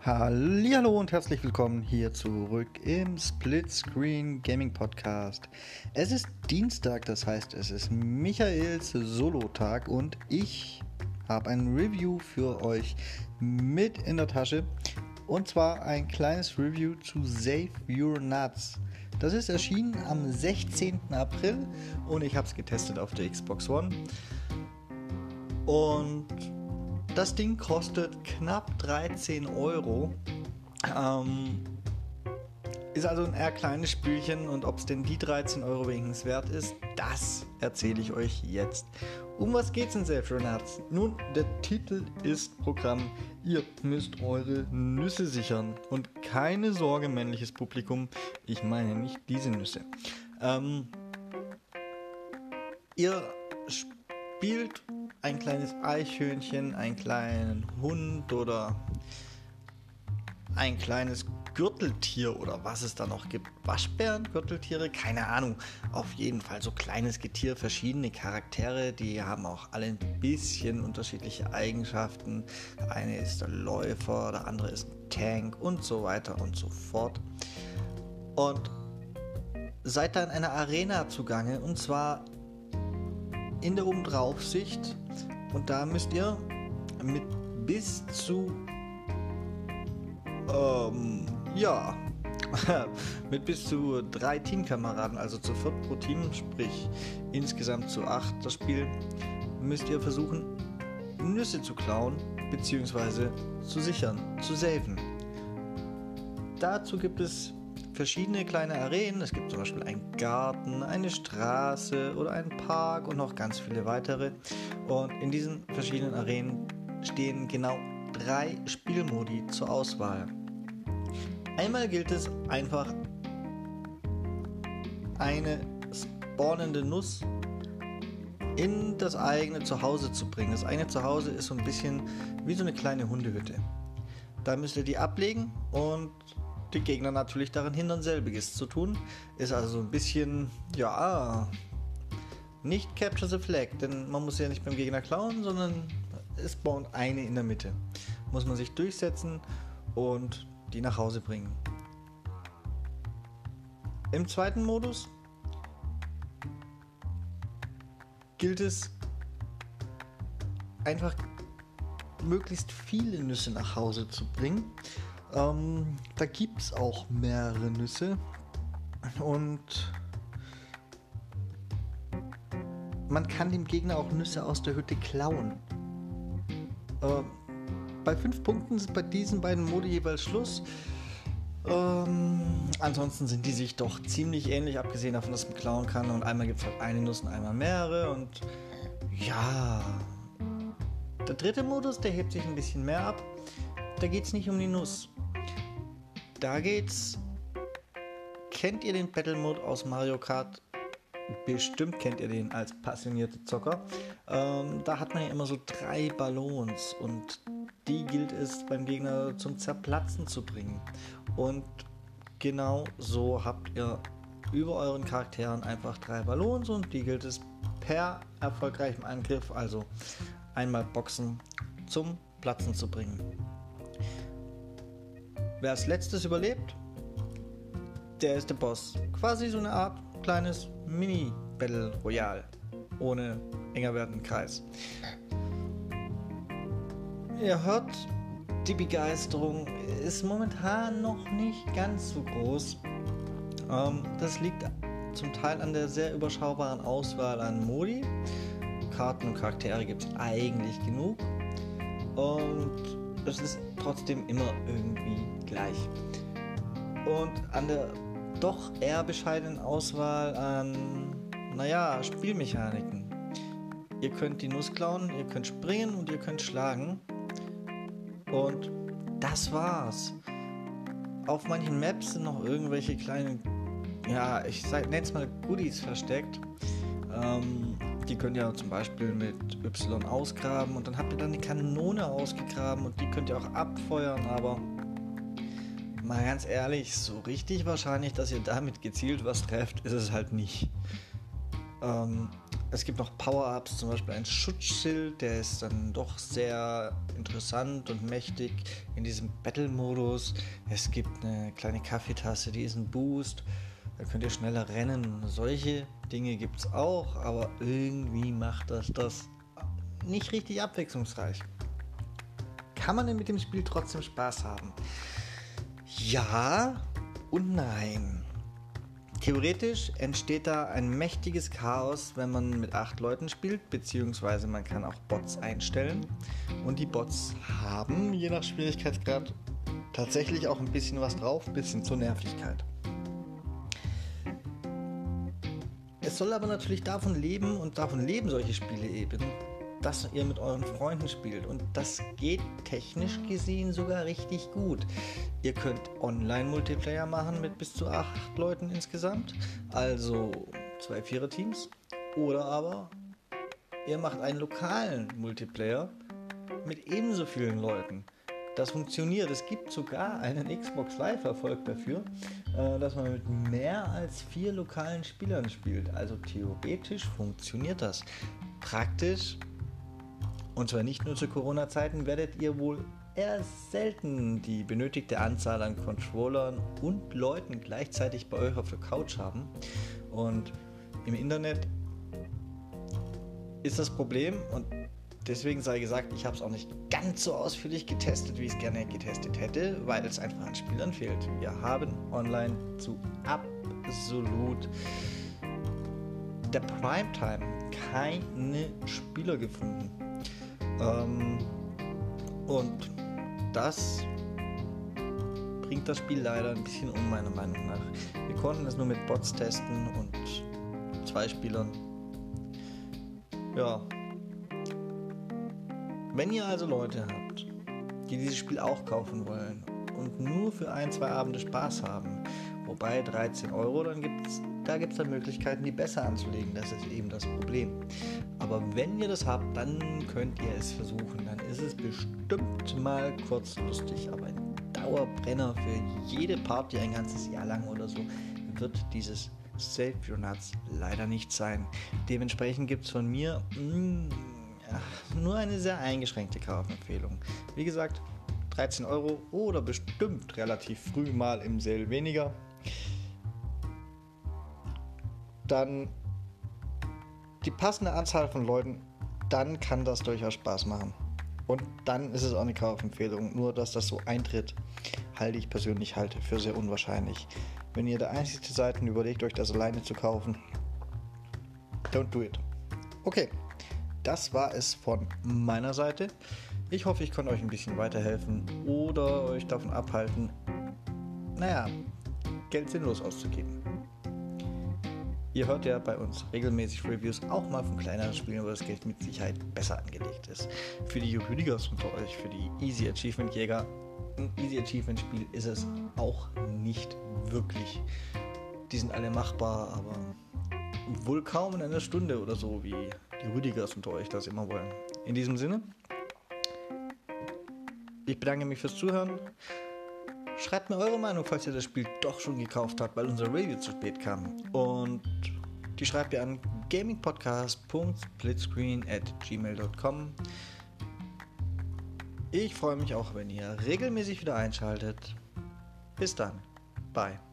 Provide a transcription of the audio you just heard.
Hallihallo und herzlich willkommen hier zurück im Split Screen Gaming Podcast. Es ist Dienstag, das heißt es ist Michaels Solo-Tag und ich habe ein Review für euch mit in der Tasche. Und zwar ein kleines Review zu Save Your Nuts. Das ist erschienen am 16. April und ich habe es getestet auf der Xbox One. Und das Ding kostet knapp 13 Euro. Ist also ein eher kleines Spielchen und ob es denn die 13 Euro wenigstens wert ist, das erzähle ich euch jetzt. Um was geht's in Save Your Nuts? Nun, der Titel ist Programm. Ihr müsst eure Nüsse sichern. Und keine Sorge, männliches Publikum, ich meine nicht diese Nüsse. Ihr spielt ein kleines Eichhörnchen, einen kleinen Hund oder ein kleines Gürteltier oder was es da noch gibt. Waschbären, Gürteltiere, keine Ahnung. Auf jeden Fall so kleines Getier, verschiedene Charaktere, die haben auch alle ein bisschen unterschiedliche Eigenschaften. Der eine ist der Läufer, der andere ist ein Tank und so weiter und so fort. Und seid da in einer Arena zugange und zwar in der Obendraufsicht und da müsst ihr mit bis zu mit bis zu 3 Teamkameraden, also zu 4 pro Team, sprich insgesamt zu 8 das Spiel, müsst ihr versuchen Nüsse zu klauen bzw. zu sichern, zu saven. Dazu gibt es verschiedene kleine Arenen. Es gibt zum Beispiel einen Garten, eine Straße oder einen Park und noch ganz viele weitere. Und in diesen verschiedenen Arenen stehen genau 3 Spielmodi zur Auswahl. Einmal gilt es einfach, eine spawnende Nuss in das eigene Zuhause zu bringen. Das eigene Zuhause ist so ein bisschen wie so eine kleine Hundehütte. Da müsst ihr die ablegen und die Gegner natürlich daran hindern, selbiges zu tun. Ist also ein bisschen, nicht Capture the Flag, denn man muss ja nicht beim Gegner klauen, sondern es spawnt eine in der Mitte. Muss man sich durchsetzen und die nach Hause bringen. Im zweiten Modus gilt es einfach möglichst viele Nüsse nach Hause zu bringen. Da gibt es auch mehrere Nüsse und man kann dem Gegner auch Nüsse aus der Hütte klauen. Bei 5 Punkten ist bei diesen beiden Modi jeweils Schluss. Ansonsten sind die sich doch ziemlich ähnlich, abgesehen davon, dass man klauen kann. Und einmal gibt es halt eine Nuss und einmal mehrere. Und ja, der dritte Modus, der hebt sich ein bisschen mehr ab. Da geht es nicht um die Nuss. Da geht's. Kennt ihr den Battle Mode aus Mario Kart? Bestimmt kennt ihr den als passionierte Zocker. Da hat man ja immer so 3 Ballons und die gilt es beim Gegner zum Zerplatzen zu bringen. Und genau so habt ihr über euren Charakteren einfach 3 Ballons und die gilt es per erfolgreichem Angriff, also einmal Boxen, zum Platzen zu bringen. Wer als letztes überlebt, der ist der Boss. Quasi so eine Art kleines Mini-Battle Royale ohne enger werdenden Kreis. Ihr hört, die Begeisterung ist momentan noch nicht ganz so groß. Das liegt zum Teil an der sehr überschaubaren Auswahl an Modi. Karten und Charaktere gibt es eigentlich genug. Und es ist trotzdem immer irgendwie gleich. Und an der doch eher bescheidenen Auswahl an, Spielmechaniken. Ihr könnt die Nuss klauen, ihr könnt springen und ihr könnt schlagen. Und das war's. Auf manchen Maps sind noch irgendwelche kleinen, ich nenne es mal Goodies versteckt. Die könnt ihr zum Beispiel mit Y ausgraben und dann habt ihr dann eine Kanone ausgegraben und die könnt ihr auch abfeuern, aber mal ganz ehrlich, so richtig wahrscheinlich, dass ihr damit gezielt was trefft, ist es halt nicht. Es gibt noch Power-Ups, zum Beispiel ein Schutzschild, der ist dann doch sehr interessant und mächtig in diesem Battle-Modus. Es gibt eine kleine Kaffeetasse, die ist ein Boost, da könnt ihr schneller rennen. Solche Dinge gibt es auch, aber irgendwie macht das nicht richtig abwechslungsreich. Kann man denn mit dem Spiel trotzdem Spaß haben? Ja und nein. Theoretisch entsteht da ein mächtiges Chaos, wenn man mit 8 Leuten spielt, beziehungsweise man kann auch Bots einstellen. Und die Bots haben, je nach Schwierigkeitsgrad, tatsächlich auch ein bisschen was drauf, ein bisschen zur Nervigkeit. Es soll aber natürlich davon leben, und davon leben solche Spiele eben, dass ihr mit euren Freunden spielt. Und das geht technisch gesehen sogar richtig gut. Ihr könnt Online-Multiplayer machen mit bis zu 8 Leuten insgesamt, also 2 Vierer-Teams. Oder aber ihr macht einen lokalen Multiplayer mit ebenso vielen Leuten. Das funktioniert. Es gibt sogar einen Xbox Live-Erfolg dafür, dass man mit mehr als 4 lokalen Spielern spielt. Also theoretisch funktioniert das. Praktisch, und zwar nicht nur zu Corona-Zeiten, werdet ihr wohl eher selten die benötigte Anzahl an Controllern und Leuten gleichzeitig bei euch auf der Couch haben. Und im Internet ist das Problem, und deswegen sei gesagt, ich habe es auch nicht ganz so ausführlich getestet, wie ich es gerne getestet hätte, weil es einfach an Spielern fehlt. Wir haben online zu absolut der Primetime keine Spieler gefunden. Und das bringt das Spiel leider ein bisschen um, meiner Meinung nach. Wir konnten es nur mit Bots testen und 2 Spielern. Ja. Wenn ihr also Leute habt, die dieses Spiel auch kaufen wollen und nur für 1-2 Abende Spaß haben, wobei 13 €, da gibt's dann Möglichkeiten, die besser anzulegen. Das ist eben das Problem. Aber wenn ihr das habt, dann könnt ihr es versuchen. Dann ist es bestimmt mal kurz lustig, aber ein Dauerbrenner für jede Party ein ganzes Jahr lang oder so wird dieses Save Your Nuts leider nicht sein. Dementsprechend gibt es von mir nur eine sehr eingeschränkte Kaufempfehlung. Wie gesagt, 13 € oder bestimmt relativ früh mal im Sale weniger. Dann die passende Anzahl von Leuten, dann kann das durchaus Spaß machen. Und dann ist es auch eine Kaufempfehlung. Nur, dass das so eintritt, halte ich persönlich für sehr unwahrscheinlich. Wenn ihr der Einzige seid und überlegt euch das alleine zu kaufen, don't do it. Okay, das war es von meiner Seite. Ich hoffe, ich konnte euch ein bisschen weiterhelfen oder euch davon abhalten, Geld sinnlos auszugeben. Ihr hört ja bei uns regelmäßig Reviews auch mal von kleineren Spielen, wo das Geld mit Sicherheit besser angelegt ist. Für die Rüdigers unter euch, für die Easy Achievement Jäger, ein Easy Achievement Spiel ist es auch nicht wirklich. Die sind alle machbar, aber wohl kaum in einer Stunde oder so, wie die Rüdigers unter euch das immer wollen. In diesem Sinne, ich bedanke mich fürs Zuhören. Schreibt mir eure Meinung, falls ihr das Spiel doch schon gekauft habt, weil unser Review zu spät kam. Und die schreibt ihr an gamingpodcast.splitscreen@gmail.com. Ich freue mich auch, wenn ihr regelmäßig wieder einschaltet. Bis dann. Bye.